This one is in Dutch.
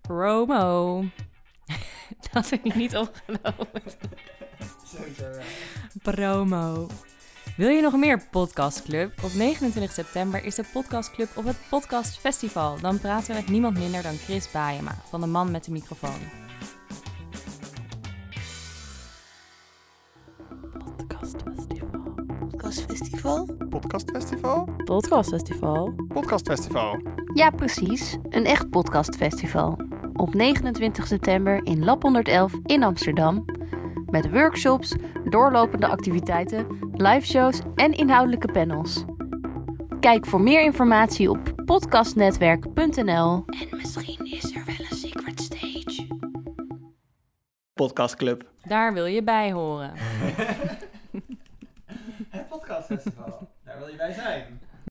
Promo. Dat heb ik niet opgenomen. Promo. Wil je nog meer Podcastclub? Op 29 september is de Podcastclub op het Podcast Festival. Dan praten we met niemand minder dan Chris Baaema van de Man met de Microfoon. Podcastfestival? Ja, precies. Een echt podcastfestival. Op 29 september in Lab 111 in Amsterdam. Met workshops, doorlopende activiteiten, liveshows en inhoudelijke panels. Kijk voor meer informatie op podcastnetwerk.nl. En misschien is er wel een secret stage. Podcastclub. Daar wil je bij horen. Het podcastfestival. Daar wil je bij zijn.